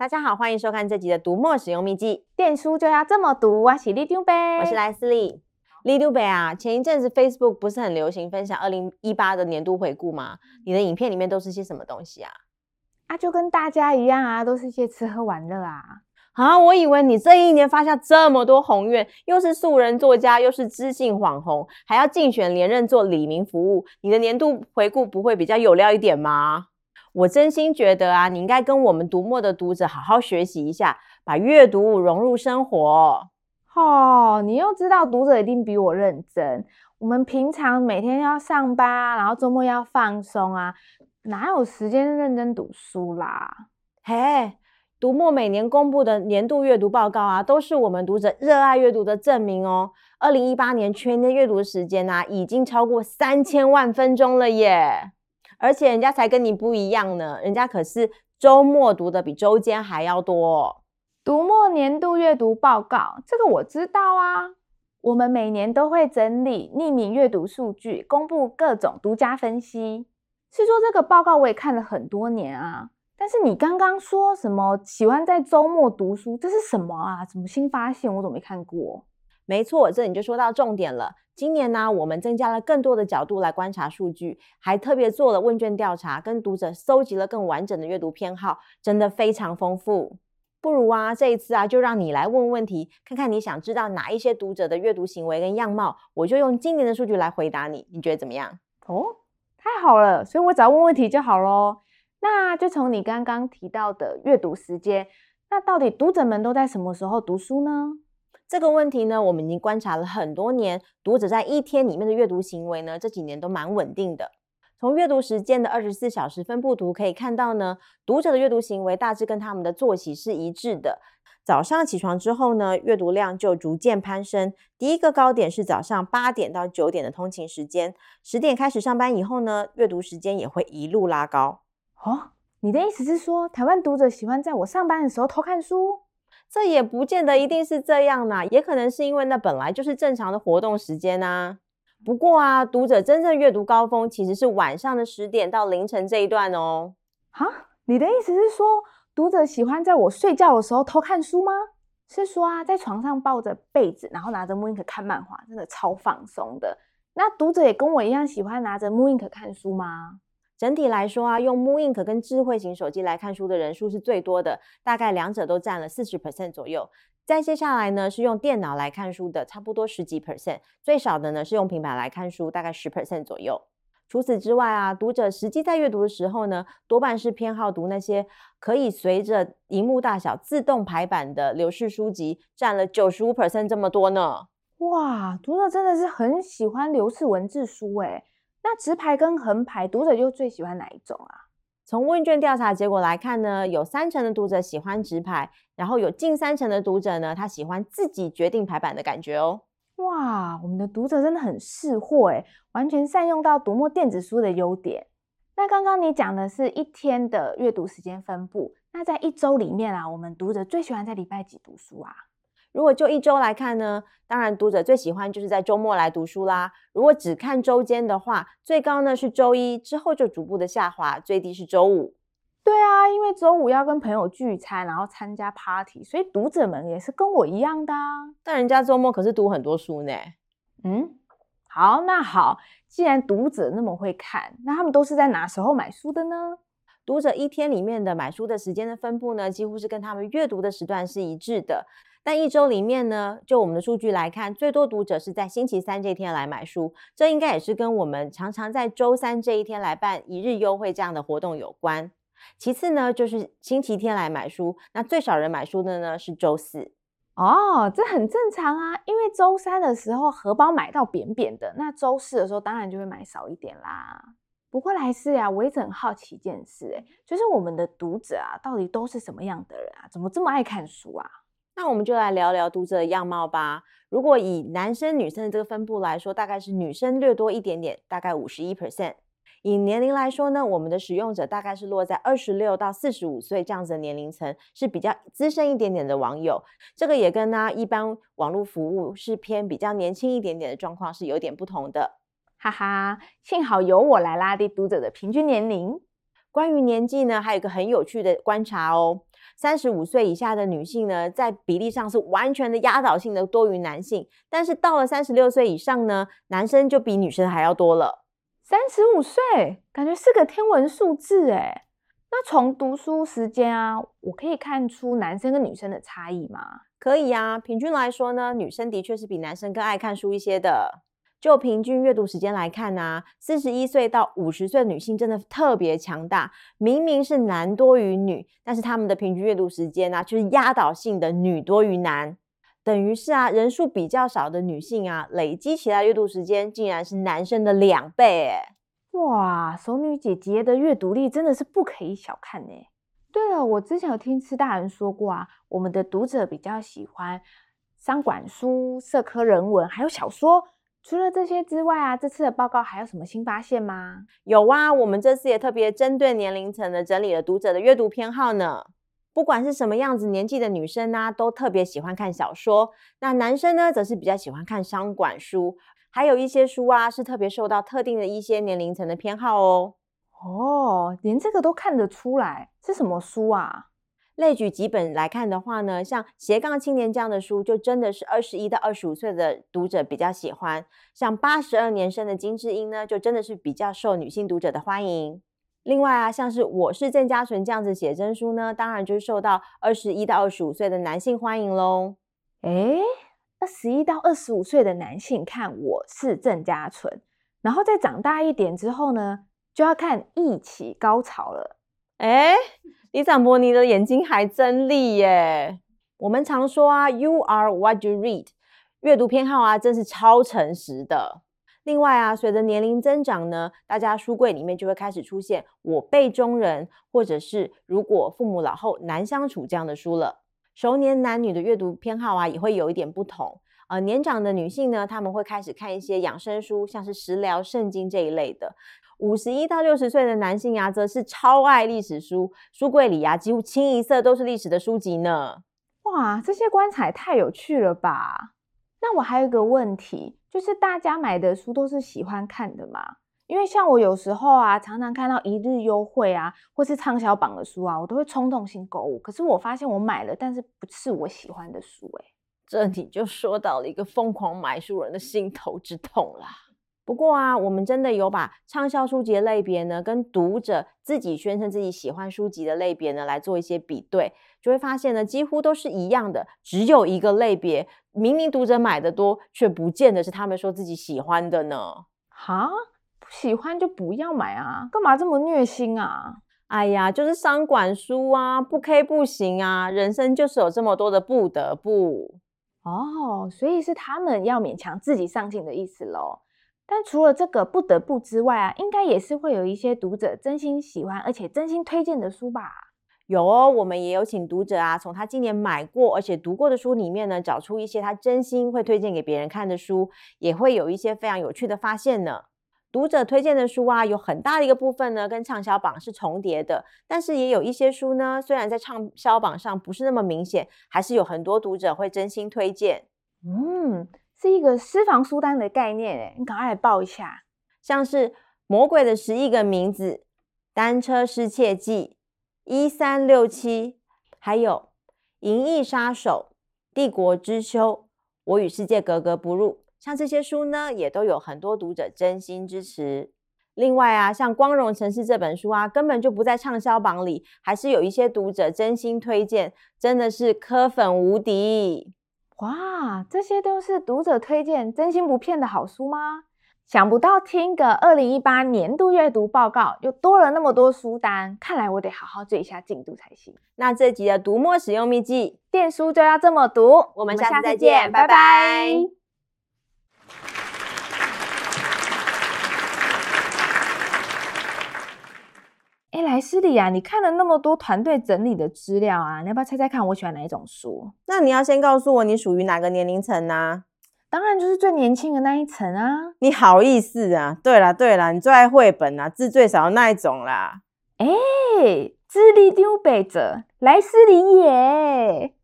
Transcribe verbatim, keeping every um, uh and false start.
大家好，欢迎收看这集的读墨使用秘籍。 电书就要这么读，我是李丢贝， 我是莱斯利。李丢贝啊，前一阵子 Facebook 不是很流行分享二零一八的年度回顾吗？你的影片里面都是些什么东西啊？ 啊，就跟大家一样啊，都是一些吃喝玩乐啊。 啊，我以为你这一年发下这么多宏愿，又是素人作家，又是知性网红，还要竞选连任做里民服务，你的年度回顾不会比较有料一点吗？我真心觉得啊，你应该跟我们读墨的读者好好学习一下，把阅读融入生活。 哦，你又知道读者一定比我认真。我们平常每天要上班啊，然后周末要放松啊，哪有时间认真读书啦？ 嘿，读墨每年公布的年度阅读报告啊，都是我们读者热爱阅读的证明哦。二零一八年全年阅读时间啊，已经超过三千万分钟了耶！而且人家才跟你不一样呢，人家可是周末读的比周间还要多。 读墨年度阅读报告，这个我知道啊。我们每年都会整理匿名阅读数据，公布各种独家分析。是说这个报告我也看了很多年啊。但是你刚刚说什么喜欢在周末读书，这是什么啊？什么新发现？我怎么没看过？ 没错，这你就说到重点了。今年呢，我们增加了更多的角度来观察数据，还特别做了问卷调查，跟读者搜集了更完整的阅读偏好，真的非常丰富。不如啊，这一次啊，就让你来问问题，看看你想知道哪一些读者的阅读行为跟样貌，我就用今年的数据来回答你，你觉得怎么样？ 哦，太好了，所以我只要问问题就好咯。那就从你刚刚提到的阅读时间，那到底读者们都在什么时候读书呢？ 这个问题呢，我们已经观察了很多年，读者在一天里面的阅读行为呢，这几年都蛮稳定的。从阅读时间的二十四小时分布图可以看到呢，读者的阅读行为大致跟他们的作息是一致的。早上起床之后呢，阅读量就逐渐攀升。第一个高点是早上八点到九点的通勤时间，十点开始上班以后呢，阅读时间也会一路拉高。 哦，你的意思是说，台湾读者喜欢在我上班的时候偷看书？ 这也不见得一定是这样啦，也可能是因为那本来就是正常的活动时间啊。不过啊，读者真正阅读高峰其实是晚上的十点到凌晨这一段哦。 哈，你的意思是说，读者喜欢在我睡觉的时候偷看书吗？是说啊，在床上抱着被子，然后拿着 Mooink 看漫画，真的超放松的。那读者也跟我一样喜欢拿着 Mooink 看书吗？ 整体来说啊，用 Mooink 跟智慧型手机来看书的人数是最多的，大概两者都占了 百分之四十 左右。再接下来呢，是用电脑来看书的，差不多十几 percent， 最少的呢是用平板来看书，大概 百分之十 左右。除此之外啊，读者实际在阅读的时候呢，多半是偏好读那些可以随着萤幕大小自动排版的流式书籍，占了 百分之九十五 这么多呢。 哇，读者真的是很喜欢流式文字书耶。那直排跟横排，读者又最喜欢哪一种啊？ 从问卷调查结果来看呢，有三成的读者喜欢直排，然后有近三成的读者呢，他喜欢自己决定排版的感觉哦。 哇，我们的读者真的很识货耶，完全善用到读墨电子书的优点。那刚刚你讲的是一天的阅读时间分布，那在一周里面啊，我们读者最喜欢在礼拜几读书啊？ 如果就一周来看呢，当然读者最喜欢就是在周末来读书啦。如果只看周间的话，最高呢是周一，之后就逐步的下滑，最低是周五。 对啊，因为周五要跟朋友聚餐，然后参加 party， 所以读者们也是跟我一样的啊。 但人家周末可是读很多书呢。 嗯，好，那好，既然读者那么会看，那他们都是在哪时候买书的呢？ 读者一天里面的买书的时间的分布呢，几乎是跟他们阅读的时段是一致的。但一周里面呢，就我们的数据来看，最多读者是在星期三这一天来买书，这应该也是跟我们常常在周三这一天来办一日优惠这样的活动有关。其次呢，就是星期天来买书，那最少人买书的呢是周四。 哦，这很正常啊，因为周三的时候荷包买到扁扁的，那周四的时候当然就会买少一点啦。不过莱斯啊，我一直很好奇一件事，欸，就是我们的读者啊，到底都是什么样的人啊？怎么这么爱看书啊？ 那我们就来聊聊读者的样貌吧。如果以男生女生的这个分布来说，大概是女生略多一点点，大概 百分之五十一。以年龄来说呢，我们的使用者大概是落在二十六到四十五岁这样子的年龄层，是比较资深一点点的网友。这个也跟呢一般网络服务是偏比较年轻一点点的状况是有点不同的。 哈哈，幸好由我来拉低读者的平均年龄。 关于年纪呢，还有一个很有趣的观察哦。 三十五岁以下的女性呢，在比例上是完全的压倒性的多于男性，但是到了三十六岁以上呢，男生就比女生还要多了。 三十五岁，感觉是个天文数字诶。那从读书时间啊，我可以看出男生跟女生的差异吗？ 可以啊，平均来说呢，女生的确是比男生更爱看书一些的。就平均阅读时间来看啊，四十一岁到五十岁的女性真的特别强大，明明是男多于女，但是他们的平均阅读时间啊，就是压倒性的女多于男。等于是啊，人数比较少的女性啊，累积起来阅读时间竟然是男生的两倍诶。 哇，熟女姐姐的阅读力真的是不可以小看欸。对了，我之前有听吃大人说过啊，我们的读者比较喜欢商管书、社科人文还有小说。除了这些之外啊，这次的报告还有什么新发现吗？ 有啊，我们这次也特别针对年龄层的整理了读者的阅读偏好呢。不管是什么样子年纪的女生啊，都特别喜欢看小说。那男生呢，则是比较喜欢看商管书，还有一些书啊，是特别受到特定的一些年龄层的偏好哦。 哦，连这个都看得出来，是什么书啊？ 类举几本来看的话呢，像斜杠青年这样的书，就真的是二十一到二十五岁的读者比较喜欢。像八十二年生的金智英呢，就真的是比较受女性读者的欢迎。另外啊，像是我是郑家纯这样子写真书呢，当然就是受到二十一到二十五岁的男性欢迎咯。 诶，二十一到二十五岁的男性看我是郑家纯，然后再长大一点之后呢，就要看一起高潮了。 诶，李长博你的眼睛还真利耶。我们常说啊 You are what you read， 阅读偏好啊真是超诚实的。另外啊，随着年龄增长呢，大家书柜里面就会开始出现我辈中人，或者是如果父母老后难相处这样的书了。熟年男女的阅读偏好啊也会有一点不同。呃，年长的女性呢，她们会开始看一些养生书，像是食疗、圣经这一类的。五十一到六十岁的男性啊，则是超爱历史书，书柜里啊几乎清一色都是历史的书籍呢。 哇，这些观察也太有趣了吧！那我还有一个问题，就是大家买的书都是喜欢看的吗？因为像我有时候啊，常常看到一日优惠啊，或是畅销榜的书啊，我都会冲动性购物。可是我发现我买了，但是不是我喜欢的书欸。 这你就说到了一个疯狂买书人的心头之痛啦。不过啊，我们真的有把畅销书籍的类别呢，跟读者自己宣称自己喜欢书籍的类别呢，来做一些比对，就会发现呢，几乎都是一样的，只有一个类别，明明读者买的多，却不见得是他们说自己喜欢的呢。 哈？不喜欢就不要买啊，干嘛这么虐心啊？ 哎呀，就是商管书啊，不 K 不行啊，人生就是有这么多的不得不。 哦，所以是他们要勉强自己上进的意思咯。但除了这个不得不之外啊，应该也是会有一些读者真心喜欢而且真心推荐的书吧？ 有哦，我们也有请读者啊，从他今年买过而且读过的书里面呢，找出一些他真心会推荐给别人看的书，也会有一些非常有趣的发现呢。读者推荐的书啊，有很大的一个部分呢，跟畅销榜是重叠的，但是也有一些书呢，虽然在畅销榜上不是那么明显，还是有很多读者会真心推荐。 嗯，是一个私房书单的概念诶，你赶快来报一下。 像是《魔鬼的十亿个名字》、《单车失窃记》、一三六七，还有《银翼杀手》、《帝国之秋》、《我与世界格格不入》。像这些书呢，也都有很多读者真心支持。另外啊，像《光荣城市》这本书啊，根本就不在畅销榜里，还是有一些读者真心推荐，真的是柯粉无敌。 哇，这些都是读者推荐真心不骗的好书吗？想不到听个二零一八年度阅读报告又多了那么多书单，看来我得好好追一下进度才行。 那这集的读墨使用秘籍， 电书就要这么读， 我们下次再见，拜拜。 哎，莱斯里啊，你看了那么多团队整理的资料啊，你要不要猜猜看我喜欢哪一种书？ 那你要先告诉我你属于哪个年龄层啊？ 当然就是最年轻的那一层啊。 你好意思啊？对啦对啦，你最爱绘本啊，字最少的那一种啦。 哎，智力丢北者莱斯里耶。